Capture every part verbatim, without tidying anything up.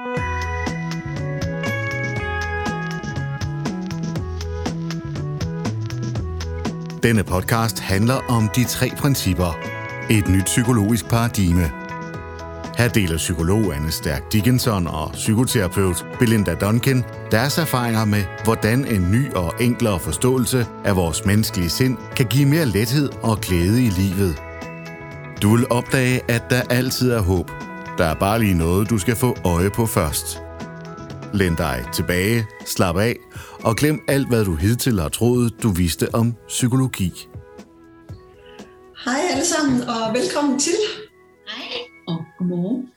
Denne podcast handler om de tre principper. Et nyt psykologisk paradigme. Her deler psykolog Anne Stærk Dickinson og psykoterapeut Belinda Duncan deres erfaringer med, hvordan en ny og enklere forståelse af vores menneskelige sind kan give mere lethed og glæde i livet. Du vil opdage, at der altid er håb. Der er bare lige noget, du skal få øje på først. Læn dig tilbage, slap af og glem alt, hvad du hidtil har troet, du vidste om psykologi. Hej alle sammen, og velkommen til. Hej, og godmorgen.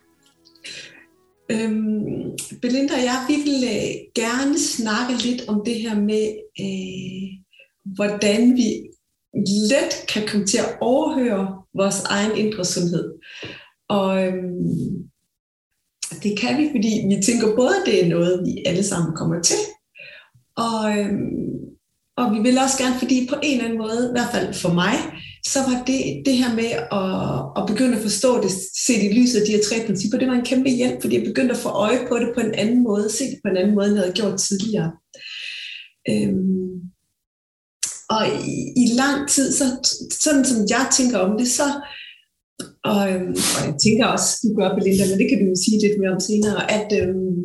Øhm, Belinda og jeg, vi vil øh, gerne snakke lidt om det her med, øh, hvordan vi let kan komme til at overhøre vores egen indre sundhed. Og øhm, det kan vi, fordi vi tænker både, at det er noget, vi alle sammen kommer til, og, øhm, og vi vil også gerne, fordi på en eller anden måde, i hvert fald for mig, så var det, det her med at, at begynde at forstå det, se det i lyset af de her tre principper, det var en kæmpe hjælp, fordi jeg begyndte at få øje på det på en anden måde, se det på en anden måde, end jeg havde gjort tidligere. Øhm, og i, i lang tid, så, sådan som jeg tænker om det, så Og, øhm, og jeg tænker også, du gør, Belinda, men det kan du jo sige lidt mere om senere, at øhm,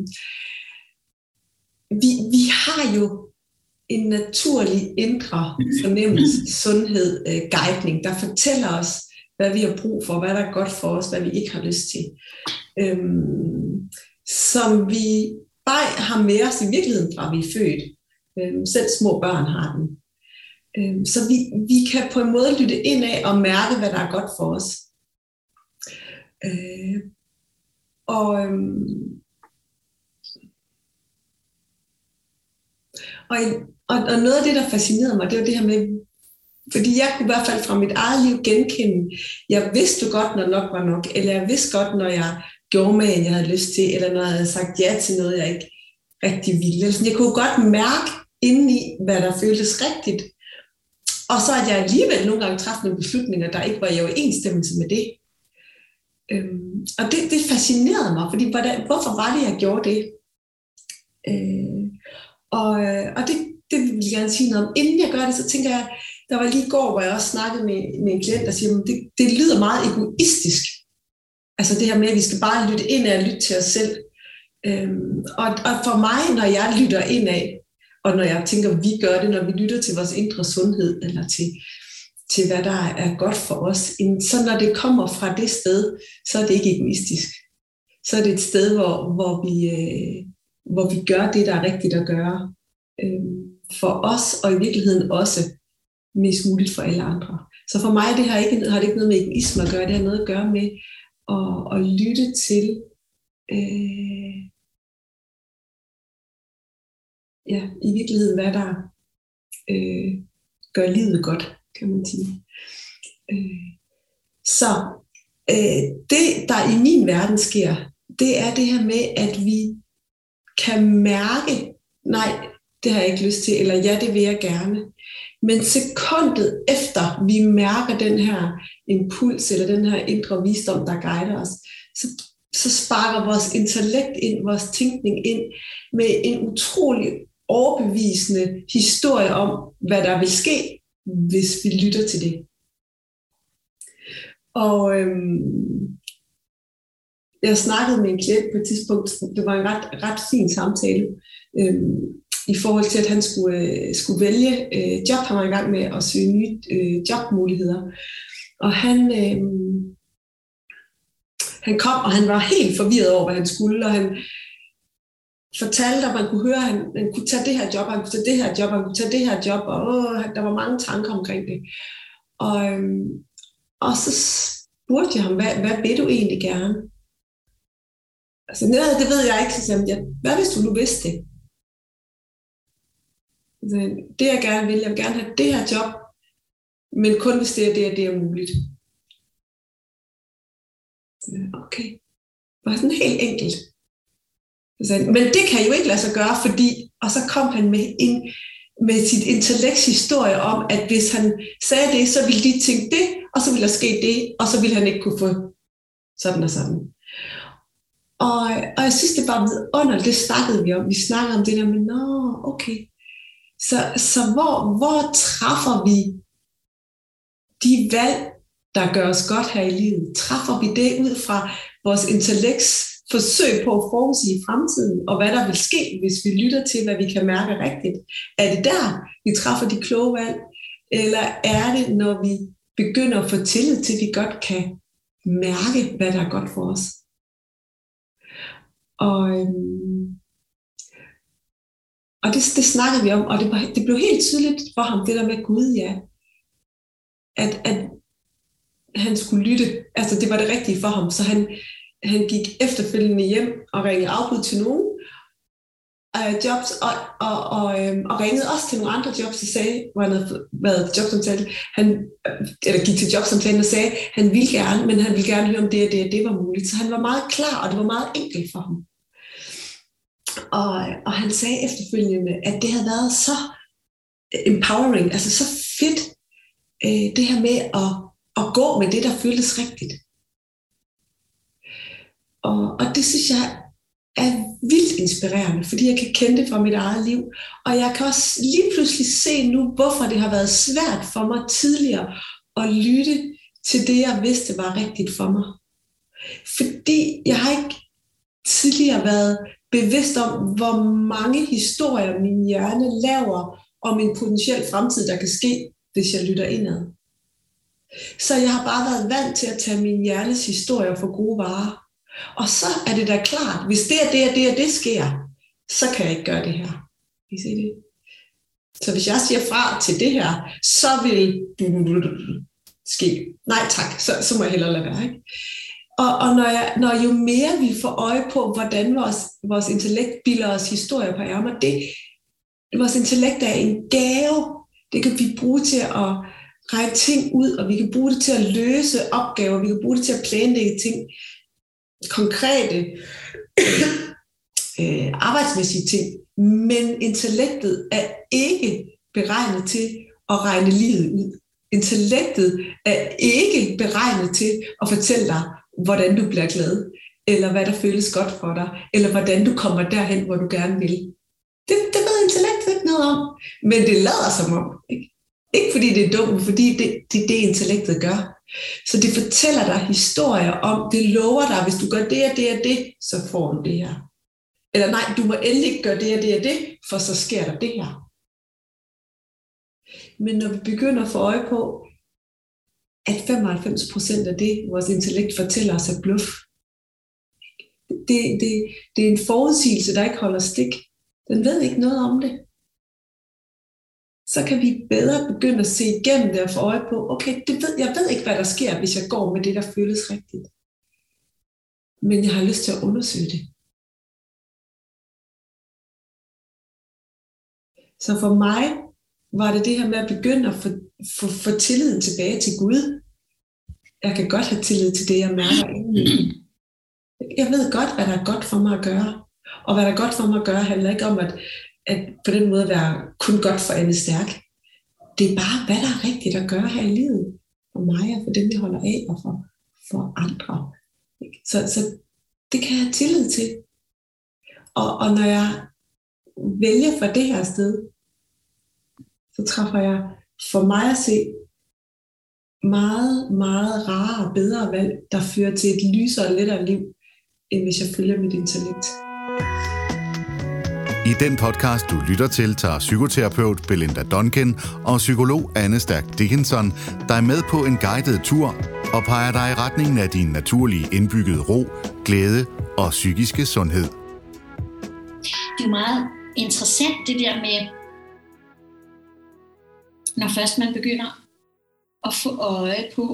vi, vi har jo en naturlig indre fornemmelse, sundhed, øh, guidning, der fortæller os, hvad vi har brug for, hvad der er godt for os, hvad vi ikke har lyst til. Øhm, som vi bare har med os i virkeligheden, fra vi er født. Øhm, selv små børn har den. Øhm, så vi, vi kan på en måde lytte ind af og mærke, hvad der er godt for os. Øh, og, øhm, og, og, og noget af det, der fascinerede mig, det var det her med, fordi jeg kunne i hvert fald fra mit eget liv genkende, jeg vidste godt, når nok var nok, eller jeg vidste godt, når jeg gjorde med, end jeg havde lyst til, eller når jeg havde sagt ja til noget, jeg ikke rigtig ville. Altså, jeg kunne godt mærke indeni, hvad der føltes rigtigt, og så at jeg alligevel nogle gange træffede nogle beslutninger, der ikke var i overensstemmelse med det. Øhm, og det, det fascinerede mig, fordi hvordan, hvorfor var det, jeg gjorde det? Øh, og og det, det vil jeg gerne sige noget om. Inden jeg gør det, så tænker jeg, der var lige i går, hvor jeg også snakkede med, med en klient, der siger, at det, det lyder meget egoistisk. Altså det her med, at vi skal bare lytte ind af og lytte til os selv. Øhm, og, og for mig, når jeg lytter ind af, og når jeg tænker, at vi gør det, når vi lytter til vores indre sundhed, eller til til hvad der er godt for os. Så når det kommer fra det sted, så er det ikke egoistisk. Så er det et sted, hvor, hvor, vi, øh, hvor vi gør det, der er rigtigt at gøre. Øh, for os, og i virkeligheden også mest muligt for alle andre. Så for mig det har, ikke, har det ikke noget med egoisme at gøre, det har noget at gøre med at, at lytte til øh, ja, i virkeligheden, hvad der øh, gør livet godt, kan man sige. Øh, så øh, det, der i min verden sker, det er det her med, at vi kan mærke, nej, det har jeg ikke lyst til, eller ja, det vil jeg gerne. Men sekundet efter, vi mærker den her impuls, eller den her indre visdom, der guider os, så, så sparker vores intellekt ind, vores tænkning ind, med en utrolig overbevisende historie om, hvad der vil ske, hvis vi lytter til det. Og øhm, jeg snakkede med en klient på et tidspunkt, det var en ret, ret fin samtale, øhm, i forhold til, at han skulle, øh, skulle vælge øh, job. Han var i gang med at søge nye øh, jobmuligheder. Og han, øh, han kom, og han var helt forvirret over, hvad han skulle, og han fortalte, at man kunne høre, at han, han kunne tage det her job, han kunne tage det her job, han kunne tage det her job, og åh, der var mange tanker omkring det. Og, øhm, og så spurgte jeg ham, hvad, hvad vil du egentlig gerne? Altså, nej, det ved jeg ikke, så sagde jeg, hvad hvis du nu vidste det? Altså, det jeg gerne vil, jeg vil gerne have det her job, men kun hvis det er det, det er muligt. Så, okay, det var sådan helt enkelt. Men det kan jo ikke lade sig gøre, fordi, og så kom han med, en, med sit intellekts historie om, at hvis han sagde det, så ville de tænke det, og så ville der ske det, og så ville han ikke kunne få sådan og sådan. Og, og jeg synes, det var vidunderligt. Det snakkede vi om. Vi snakkede om det der med, nå, okay. Så, så hvor, hvor træffer vi de valg, der gør os godt her i livet? Træffer vi det ud fra vores intellekts forsøg på at forudsige fremtiden, og hvad der vil ske, hvis vi lytter til, hvad vi kan mærke rigtigt? Er det der, vi træffer de kloge valg? Eller er det, når vi begynder at få tillid til, at vi godt kan mærke, hvad der er godt for os? Og, øhm, og det, det snakkede vi om, og det, var, det blev helt tydeligt for ham, det der med Gud, ja. At, at han skulle lytte. Altså, det var det rigtige for ham. Så han, han gik efterfølgende hjem og ringede afbud til nogen øh, jobs, og, og, og, øh, og ringede også til nogle andre jobs, og sagde, hvor han havde været jobsamtale, han, eller gik til jobsamtalen og sagde, han ville gerne, men han ville gerne høre, om det og det og det var muligt. Så han var meget klar, og det var meget enkelt for ham. Og, og han sagde efterfølgende, at det havde været så empowering, altså så fedt, øh, det her med at, at gå med det, der føltes rigtigt. Og, og det synes jeg er vildt inspirerende, fordi jeg kan kende det fra mit eget liv. Og jeg kan også lige pludselig se nu, hvorfor det har været svært for mig tidligere at lytte til det, jeg vidste var rigtigt for mig. Fordi jeg har ikke tidligere været bevidst om, hvor mange historier min hjerne laver om en potentiel fremtid, der kan ske, hvis jeg lytter indad. Så jeg har bare været vant til at tage min hjernes historier for gode varer. Og så er det da klart, hvis det er det og det og det sker, så kan jeg ikke gøre det her. Kan I se det? Så hvis jeg siger fra til det her, så vil ske. Nej tak, så, så må jeg hellere lade være. Ikke? Og, og når, jeg, når jo mere vi får øje på, hvordan vores, vores intellekt bilder os historier på ærmer, det, vores intellekt er en gave. Det kan vi bruge til at regne ting ud, og vi kan bruge det til at løse opgaver, vi kan bruge det til at planlægge ting, konkrete øh, arbejdsmæssige ting, men intellektet er ikke beregnet til at regne livet ud. Intellektet er ikke beregnet til at fortælle dig, hvordan du bliver glad, eller hvad der føles godt for dig, eller hvordan du kommer derhen, hvor du gerne vil. Det, det ved intellektet ikke noget om, men det lader som om. Ikke, ikke fordi det er dumt, fordi det er det, det, intellektet gør. Så det fortæller dig historier om, det lover dig, hvis du gør det og det og det, så får du det her. Eller nej, du må endelig ikke gøre det og det og det, for så sker der det her. Men når vi begynder at få øje på, at femoghalvfems procent af det, vores intellekt fortæller os, er bluff. Det, det, det er en forudsigelse, der ikke holder stik. Den ved ikke noget om det. Så kan vi bedre begynde at se igennem det og få øje på, okay, det ved, jeg ved ikke, hvad der sker, hvis jeg går med det, der føles rigtigt. Men jeg har lyst til at undersøge det. Så for mig var det det her med at begynde at få, få, få tilliden tilbage til Gud. Jeg kan godt have tillid til det, jeg mærker indeni. Jeg ved godt, hvad der er godt for mig at gøre. Og hvad der er godt for mig at gøre, handler ikke om at, at på den måde være kun godt for Anne Stærk. Det er bare, hvad der er rigtigt at gøre her i livet. For mig og for dem, vi holder af, og for, for andre. Så, så det kan jeg have tillid til. Og, og når jeg vælger for det her sted, så træffer jeg for mig at se meget, meget rarere og bedre valg, der fører til et lysere og lettere liv, end hvis jeg følger mit intellekt. I den podcast, du lytter til, tager psykoterapeut Belinda Duncan og psykolog Anne Stærk Dickinson dig med på en guided tur og peger dig i retningen af din naturlige indbyggede ro, glæde og psykiske sundhed. Det er jo meget interessant det der med, når først man begynder at få øje på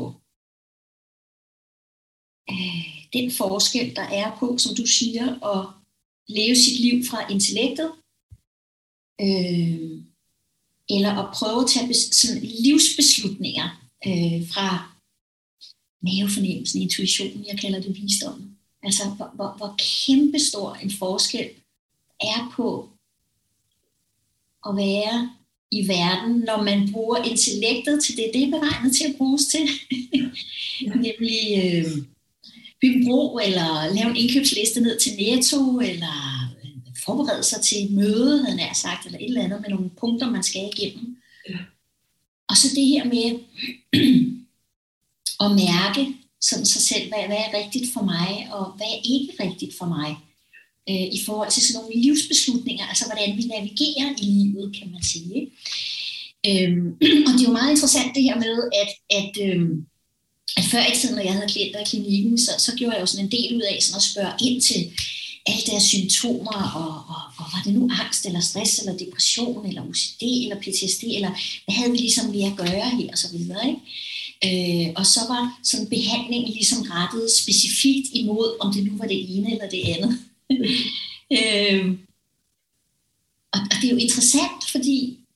øh, den forskel, der er på, som du siger, at leve sit liv fra intellektet, øh, eller at prøve at tage bes- sådan livsbeslutninger øh, fra mavefornemmelsen, intuitionen, jeg kalder det visdom. Altså, hvor, hvor, hvor kæmpestor en forskel er på at være i verden, når man bruger intellektet til det, det er beregnet til at bruges til. Nemlig øh, bygge en bro, eller lave en indkøbsliste ned til Netto, eller forberede sig til et møde, havde jeg nær sagt, eller et eller andet med nogle punkter, man skal igennem. Ja. Og så det her med at mærke sådan sig selv, hvad, hvad er rigtigt for mig, og hvad er ikke rigtigt for mig, øh, i forhold til sådan nogle livsbeslutninger, altså hvordan vi navigerer i livet, kan man sige. Øhm, og det er jo meget interessant det her med, at, at, øhm, at før i tiden, når jeg havde klienter i klinikken, så, så gjorde jeg jo sådan en del ud af sådan at spørge ind til alle deres symptomer, og, og, og var det nu angst, eller stress, eller depression, eller O C D, eller P T S D, eller hvad havde vi ligesom med at gøre her, og så videre, ikke? Øh, og så var sådan behandlingen ligesom rettet specifikt imod, om det nu var det ene eller det andet. øh, og, og det er jo interessant, fordi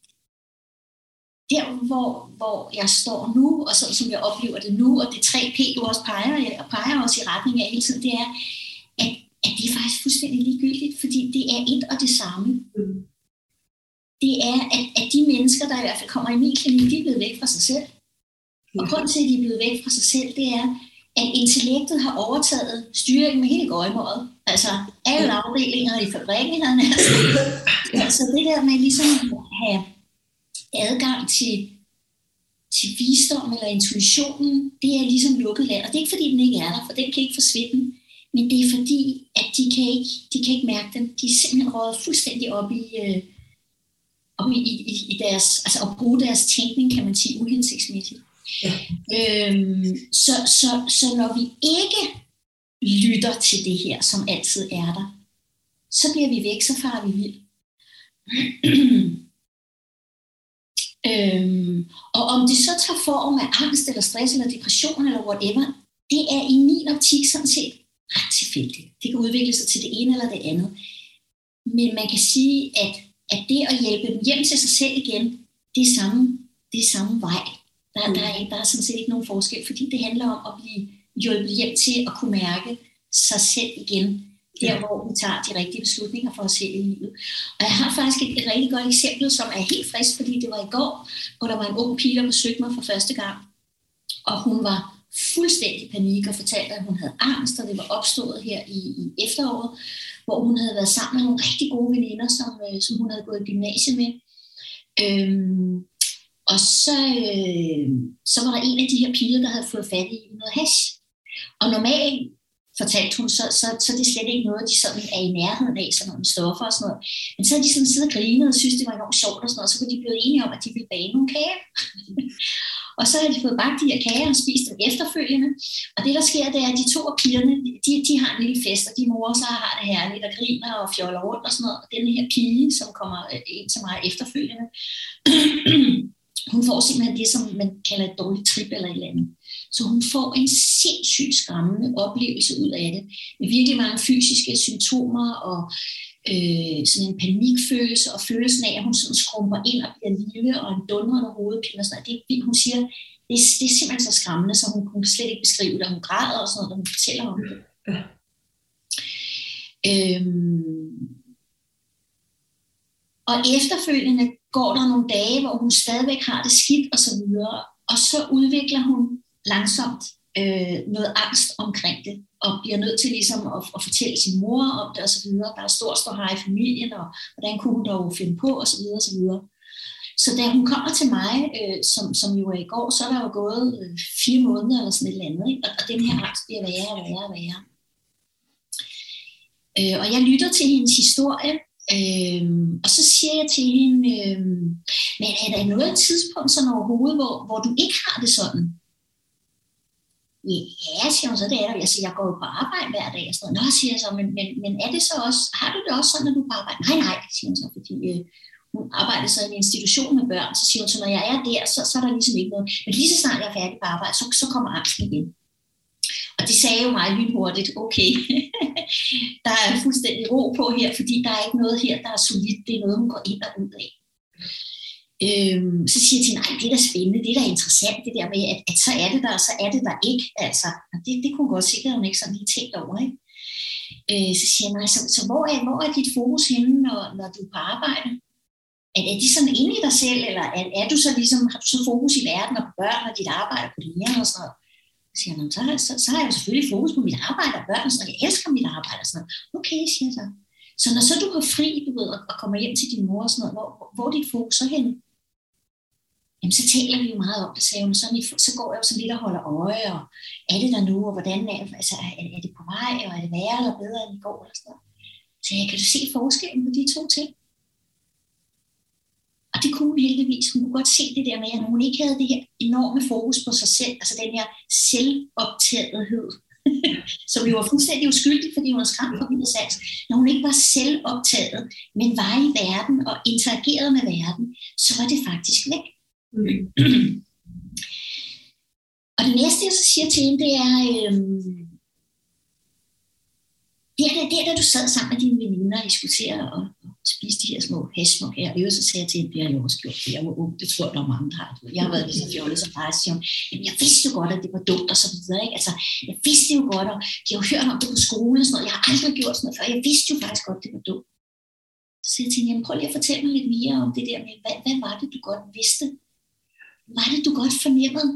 der, hvor, hvor jeg står nu, og sådan som jeg oplever det nu, og det tre P, du også peger, og peger også i retning af hele tiden, det er, at, at det er faktisk fuldstændig ligegyldigt, fordi det er et og det samme. Det er, at, at de mennesker, der i hvert fald kommer i min klinik, de er blevet væk fra sig selv. Og grunden til, at de er blevet væk fra sig selv, det er, at intellektet har overtaget styringen med hele gøjmåret. Altså alle afdelinger i fabrikken. Altså det der med ligesom at have adgang til, til visdom eller intuitionen, det er ligesom lukket land. Og det er ikke fordi, den ikke er der, for den kan ikke forsvinde. Men det er fordi, at de kan ikke, de kan ikke mærke den. De er simpelthen røget fuldstændig op i, øh, op i, i, i deres, altså at bruge deres tænkning, kan man sige, uhensigtsmæssigt. Ja. Øhm, så, så, så når vi ikke lytter til det her, som altid er der, så bliver vi væk, så farer vi vild. øhm, og om det så tager form af angst, eller stress, eller depression, eller whatever, det er i min optik sådan set ret tilfældigt. Det kan udvikle sig til det ene eller det andet. Men man kan sige, at, at det at hjælpe dem hjem til sig selv igen, det er samme, det er samme vej. Der, der, er, der er sådan set ikke nogen forskel, fordi det handler om at blive hjulpet hjem til at kunne mærke sig selv igen, der ja. Hvor vi tager de rigtige beslutninger for os selv i livet. Og jeg har faktisk et, et rigtig godt eksempel, som er helt frisk, fordi det var i går, hvor der var en ung pige, der besøgte mig for første gang, og hun var fuldstændig panik og fortalte, at hun havde angst, og det var opstået her i, i efteråret, hvor hun havde været sammen med nogle rigtig gode veninder, som, som hun havde gået i gymnasiet med. Øhm, Og så, øh, så var der en af de her piger, der havde fået fat i noget hash. Og normalt, fortalte hun, så, så, så det er slet ikke noget, de sådan er i nærheden af, sådan nogle stoffer og sådan noget. Men så havde de sådan siddet og grinet og synes, det var enormt sjovt og sådan noget, og så kunne de blive enige om, at de ville bage nogle kager. Og så havde de fået bagt de her kager og spist dem efterfølgende. Og det, der sker, det er, at de to af pigerne, de, de har en lille fest, og de morer sig og har det herligt, og griner og fjoller rundt og sådan noget. Og denne her pige, som kommer ind til mig efterfølgende, hun får simpelthen det, som man kalder et dårligt trip eller et eller andet. Så hun får en sindssygt skræmmende oplevelse ud af det, med virkelig mange fysiske symptomer og øh, sådan en panikfølelse og følelsen af, at hun sådan skrumper ind og bliver lille og en dundrende hovedpine og sådan noget. Det, hun siger, det, det er simpelthen så skræmmende, så hun kunne slet ikke beskrive det. Hun græder og sådan noget, når hun fortæller om det. Ja. Øhm, og efterfølgende går der nogle dage, hvor hun stadigvæk har det skidt og så videre, og så udvikler hun langsomt øh, noget angst omkring det, og bliver nødt til ligesom at, at fortælle sin mor om det og så videre. Der er stor ståhej i familien, og hvordan kunne hun dog finde på og så videre og så videre. Så da hun kommer til mig, øh, som, som jo er i går, så er der jo gået øh, fire måneder eller sådan et eller andet, ikke? Og, og den her angst bliver værre og værre og værre. Øh, og jeg lytter til hendes historie, Øhm, og så siger jeg til hende, øhm, men er der noget tidspunkt sådan overhovedet, hvor, hvor du ikke har det sådan? Ja, siger hun så, det er der. Jeg siger, jeg går jo på arbejde hver dag. Og sådan noget. Nå, siger jeg så, men, men, men er det så også, har du det også sådan, når du er på arbejde? Nej, nej, siger hun så, fordi øh, hun arbejder så i en institution med børn. Så siger hun så, når jeg er der, så, så er der ligesom ikke noget. Men lige så snart jeg er færdig på arbejde, så, så kommer angsten igen. Og det sagde jo mig lynhurtigt, okay, der er fuldstændig ro på her, fordi der er ikke noget her, der er solidt, det er noget, hun går ind og ud af. Øhm, så siger jeg til, nej, det er da spændende, det er da interessant, det der med, at, at så er det der, og så er det der ikke, altså. Og det, det kunne godt sikkert, hun ikke sådan lige tænkt over, ikke? Øh, så siger jeg, nej, så, så hvor, er, hvor er dit fokus henne, når, når du er på arbejde? Er, er de sådan inde i dig selv, eller er, er du så ligesom, har du så fokus i verden og på børn og dit arbejde på det her og sådan noget? Så siger han, så, så, så har jeg jo selvfølgelig fokus på mit arbejde og børn, og jeg elsker mit arbejde og sådan noget. Okay, siger jeg så. Så når så du har fri, du ved, og kommer hjem til din mor og sådan noget, hvor, hvor er dit fokus så henne? Jamen, så taler vi jo meget om det, sagde hun. Så, så går jeg jo sådan lidt og holder øje, og er det der nu, og hvordan er, altså, er, er det på vej, og er det værre eller bedre end i går, eller sådan noget. Så jeg kan du se forskellen på de to ting? Og det kunne hun heldigvis. Hun kunne godt se det der med, at når hun ikke havde det her enorme fokus på sig selv, altså den her selvoptagethed, som jo var fuldstændig uskyldig, fordi hun var skræmt for hendes sans. Når hun ikke var selvoptaget, men var i verden og interagerede med verden, så var det faktisk væk. Mm. Og det næste, jeg så siger til hende, det er, øhm, det er, det er, da du sad sammen med dine veninder og diskuterede og, og spiste de her små hashmok her. Og så sagde jeg til hende, det har jeg også gjort, for jeg var ung. Det tror jeg, der er mange, der har. Jeg har været lige så fjollet som dig, siger hun. Jamen, jeg vidste jo godt, at det var dumt og så videre. Ikke? Altså, jeg vidste jo godt, og de har jo hørt om det på skolen og sådan noget. Jeg har aldrig gjort sådan noget før. Jeg vidste jo faktisk godt, at det var dumt. Så siger jeg til hende, jamen, prøv lige at fortælle mig lidt mere om det der med, hvad, hvad var det, du godt vidste? Hvad var det, du godt fornemmede?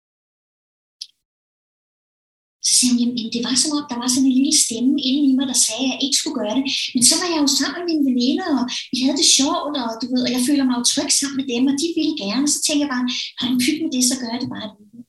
Så siger hun, jamen, det var som om, der var sådan en lille stemme inde i mig, der sagde, at jeg ikke skulle gøre det. Men så var jeg jo sammen med mine veninder, og vi havde det sjovt, og, du ved, og jeg føler mig jo tryg sammen med dem, og de ville gerne. Så tænker jeg bare, har du pyt med det, så gør jeg det bare.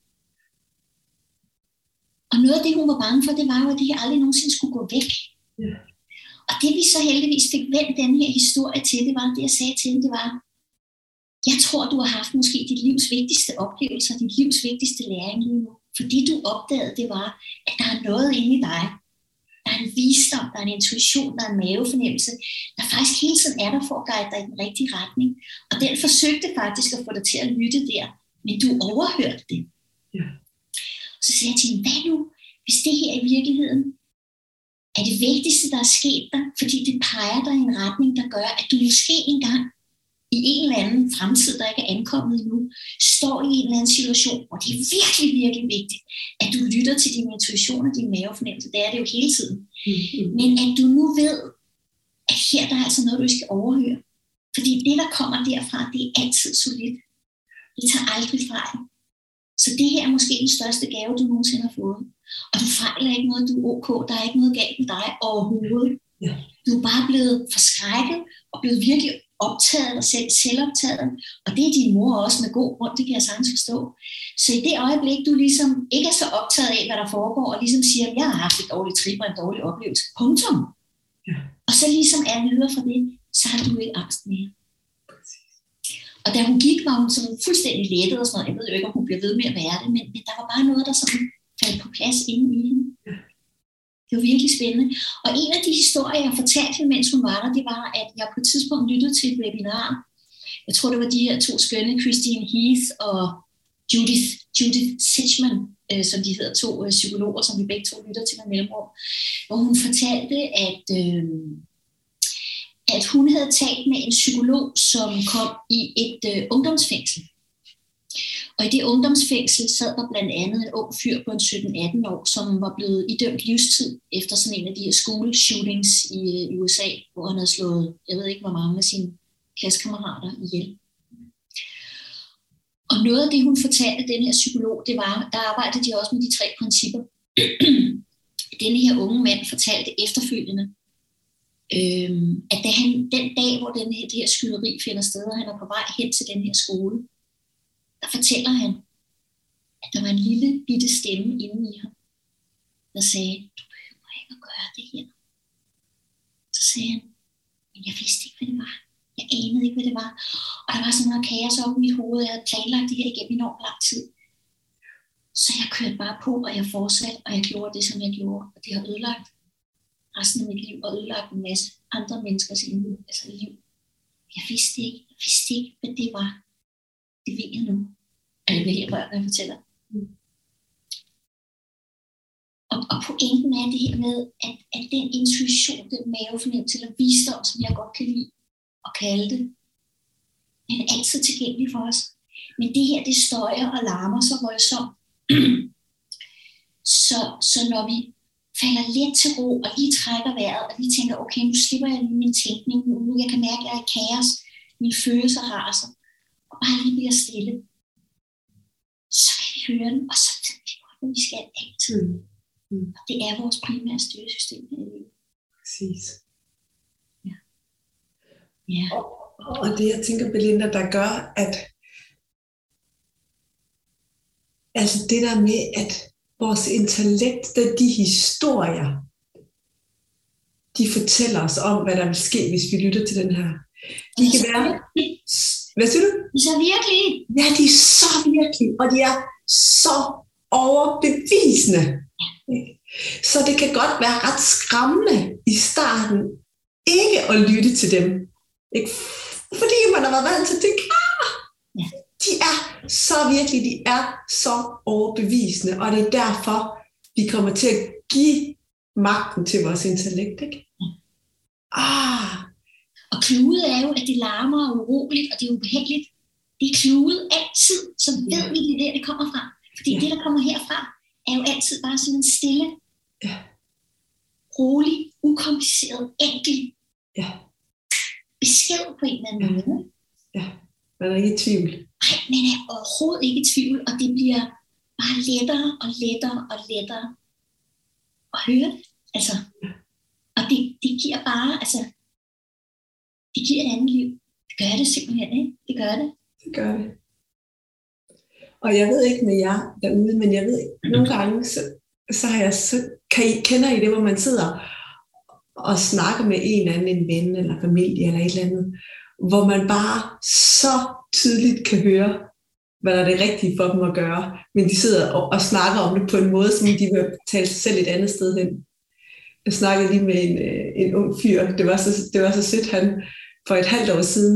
Og noget af det, hun var bange for, det var jo, at det her aldrig nogensinde skulle gå væk. Ja. Og det vi så heldigvis fik vendt den her historie til, det var det, jeg sagde til hende, det var, jeg tror, du har haft måske dit livs vigtigste oplevelser, dit livs vigtigste læring lige nu. For det, du opdagede, det var, at der er noget inde i dig. Der er en visdom, der er en intuition, der er en mavefornemmelse, der faktisk hele tiden er der for at guide dig i den rigtige retning. Og den forsøgte faktisk at få dig til at lytte der, men du overhørte det. Ja. Så siger jeg til hende, hvad nu, hvis det her i virkeligheden er det vigtigste, der er sket dig, fordi det peger dig i en retning, der gør, at du måske engang i en eller anden fremtid, der ikke er ankommet endnu, står i en eller anden situation, hvor det er virkelig, virkelig vigtigt, at du lytter til din intuition og din mavefornemmelse. Det er det jo hele tiden. Mm-hmm. Men at du nu ved, at her der er altså noget, du skal overhøre. Fordi det, der kommer derfra, det er altid solidt. Det tager aldrig fejl. Så det her er måske den største gave, du nogensinde har fået. Og du fejler ikke noget, du er ok. Der er ikke noget galt med dig overhovedet. Ja. Du er bare blevet forskrækket og blevet virkelig optaget og selv, selvoptaget, og det er din mor også med god grund, det kan jeg sagtens forstå. Så i det øjeblik, du ligesom ikke er så optaget af, hvad der foregår, og ligesom siger, at jeg har haft et dårligt trip og en dårlig oplevelse, punktum. Ja. Og så ligesom er videre fra det, så har du ikke angst mere. Og da hun gik, var hun sådan fuldstændig lettet og sådan noget. Jeg ved jo ikke, om hun bliver ved med at være det, men, men der var bare noget, der sådan faldt på plads inde i hende. Ja. Det var virkelig spændende. Og en af de historier, jeg fortalte hende, mens hun var der, det var, at jeg på et tidspunkt lyttede til et webinar. Jeg tror, det var de her to skønne, Christine Heath og Judith, Judith Sichman, øh, som de hedder, to øh, psykologer, som vi begge to lytter til med mellemrum. Hvor hun fortalte, at, øh, at hun havde talt med en psykolog, som kom i et øh, ungdomsfængsel. Og i det ungdomsfængsel sad der blandt andet en ung fyr på en sytten atten år, som var blevet idømt livstid efter sådan en af de her school shootings i, i U S A, hvor han havde slået, jeg ved ikke hvor mange af sine klassekammerater ihjel. Og noget af det, hun fortalte den her psykolog, det var, der arbejdede de også med de tre principper. Denne her unge mand fortalte efterfølgende, øhm, at da han, den dag, hvor den her, det her skyderi finder sted, og han er på vej hen til den her skole, der fortæller han, at der var en lille bitte stemme inde i ham, der sagde, du behøver ikke at gøre det her. Så sagde han, men jeg vidste ikke, hvad det var. Jeg anede ikke, hvad det var. Og der var sådan noget kaos op i mit hoved, jeg havde planlagt det her igennem enormt lang tid. Så jeg kørte bare på, og jeg fortsatte, og jeg gjorde det, som jeg gjorde. Og det har ødelagt resten af mit liv, og ødelagt en masse andre menneskers liv. Altså liv. Jeg vidste ikke, jeg vidste ikke, hvad det var. Det ved jeg nu. Er det virkelig rørt, når jeg fortæller? Mm. Og, og pointen er det her med, at, at den intuition, den mavefornemmelse eller visdom, som jeg godt kan lide og kalde det, den er altid tilgængelig for os. Men det her, det støjer og larmer så voldsomt. så, så når vi falder lidt til ro og lige trækker vejret, og lige tænker, okay, nu slipper jeg lige min tænkning, nu jeg kan mærke, at jeg er i kaos, mine følelser raser, og bare lige bliver stille, så kan vi høre den, og så ved vi godt, Vi skal altid. Mm. Mm. Det er vores primære styresystem. Præcis. Ja. Ja. Og, og det, jeg tænker, Belinda, der gør, at altså det der med, at vores intellekt, de historier, de fortæller os om, hvad der vil ske, hvis vi lytter til den her. De kan være... Hvad siger du? De er så virkelige. Ja, de er så virkelige, og de er så overbevisende. Så det kan godt være ret skræmmende i starten ikke at lytte til dem. Ikke? Fordi man har været vant til at tænke, ah, ja. De er så virkelige, de er så overbevisende, og det er derfor, vi kommer til at give magten til vores intellekt. Ikke? Ja. Ah. Og kludet er jo, at det larmer og uroligt, og det er ubehageligt. Det er kludet altid, så ved vi, det er der, det kommer fra. Fordi ja. Det, der kommer herfra, er jo altid bare sådan en stille, ja. rolig, ukompliceret, enkel ja. besked på en eller anden ja. måde. Ja, man er ikke i tvivl. Nej, man er overhovedet ikke i tvivl, og det bliver bare lettere og lettere og lettere at høre det. Altså, og det, det giver bare, altså, det giver et andet liv. Det gør det simpelthen, ikke? Det gør det. Det gør det. Og jeg ved ikke med jer derude, men jeg ved ikke, nogle gange, så, så har jeg, så kan I, kender I det, hvor man sidder og snakker med en anden, en ven eller familie eller et eller andet, hvor man bare så tydeligt kan høre, hvad der er det rigtige for dem at gøre, men de sidder og, og snakker om det på en måde, som de vil tale sig selv et andet sted hen. Jeg snakkede lige med en, en ung fyr, det var, så, det var så sødt, han for et halvt år siden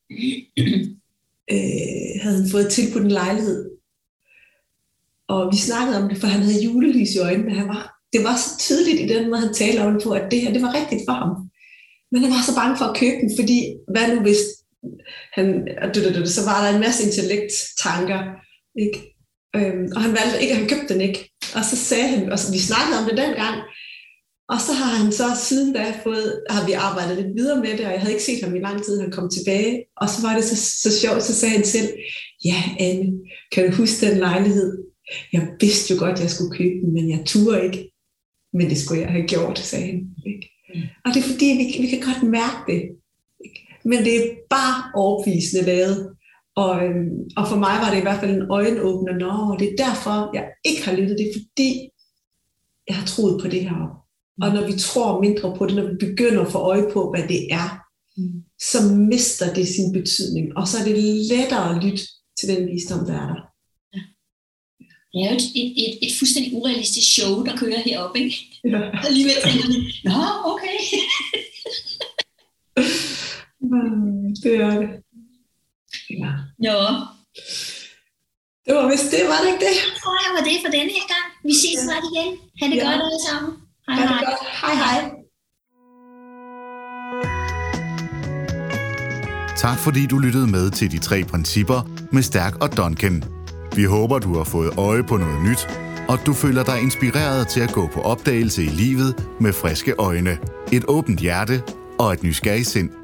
øh, havde han fået tilbudt en lejlighed. Og vi snakkede om det, for han havde julelys i øjnene. Han var, det var så tydeligt i den måde, han talte om det på, at det her, det var rigtigt for ham. Men han var så bange for at købe den, fordi hvad nu hvis han, så var der en masse intellekt-tanker, ikke? Øhm, og han valgte ikke, at han købte den ikke. Og så sagde han, og så, vi snakkede om det dengang, og så har han så siden da fået, har vi arbejdet lidt videre med det, og jeg havde ikke set ham i lang tid, han kom tilbage, og så var det så, så sjovt, så sagde han selv, ja Anne, kan du huske den lejlighed? Jeg vidste jo godt, at jeg skulle købe den, men jeg turde ikke. Men det skulle jeg have gjort, sagde han. Ikke? Og det er fordi, vi, vi kan godt mærke det. Ikke? Men det er bare overbevisende lavet. Og, øhm, og for mig var det i hvert fald en øjenåbner. Nå, det er derfor, jeg ikke har lyttet. Det er fordi, jeg har troet på det her. Og når vi tror mindre på det, når vi begynder at få øje på, hvad det er, mm. så mister det sin betydning. Og så er det lettere at lytte til den visdom, der er der. Ja. Det er jo et, et, et, et fuldstændig urealistisk show, der kører heroppe, ikke? Ja. Og alligevel tænker vi, nå, okay. Det er det. Ja. Nå. Det var vist det, var det ikke det? Jeg tror, jeg var det for denne her gang. Vi ses snart igen. Ha' det ja. godt alle sammen. Hej, ha' hej. det godt. Hej, hej. Tak fordi du lyttede med til De Tre Principper med Stærk og Duncan. Vi håber, du har fået øje på noget nyt, og du føler dig inspireret til at gå på opdagelse i livet med friske øjne, et åbent hjerte og et nysgerrigt sind.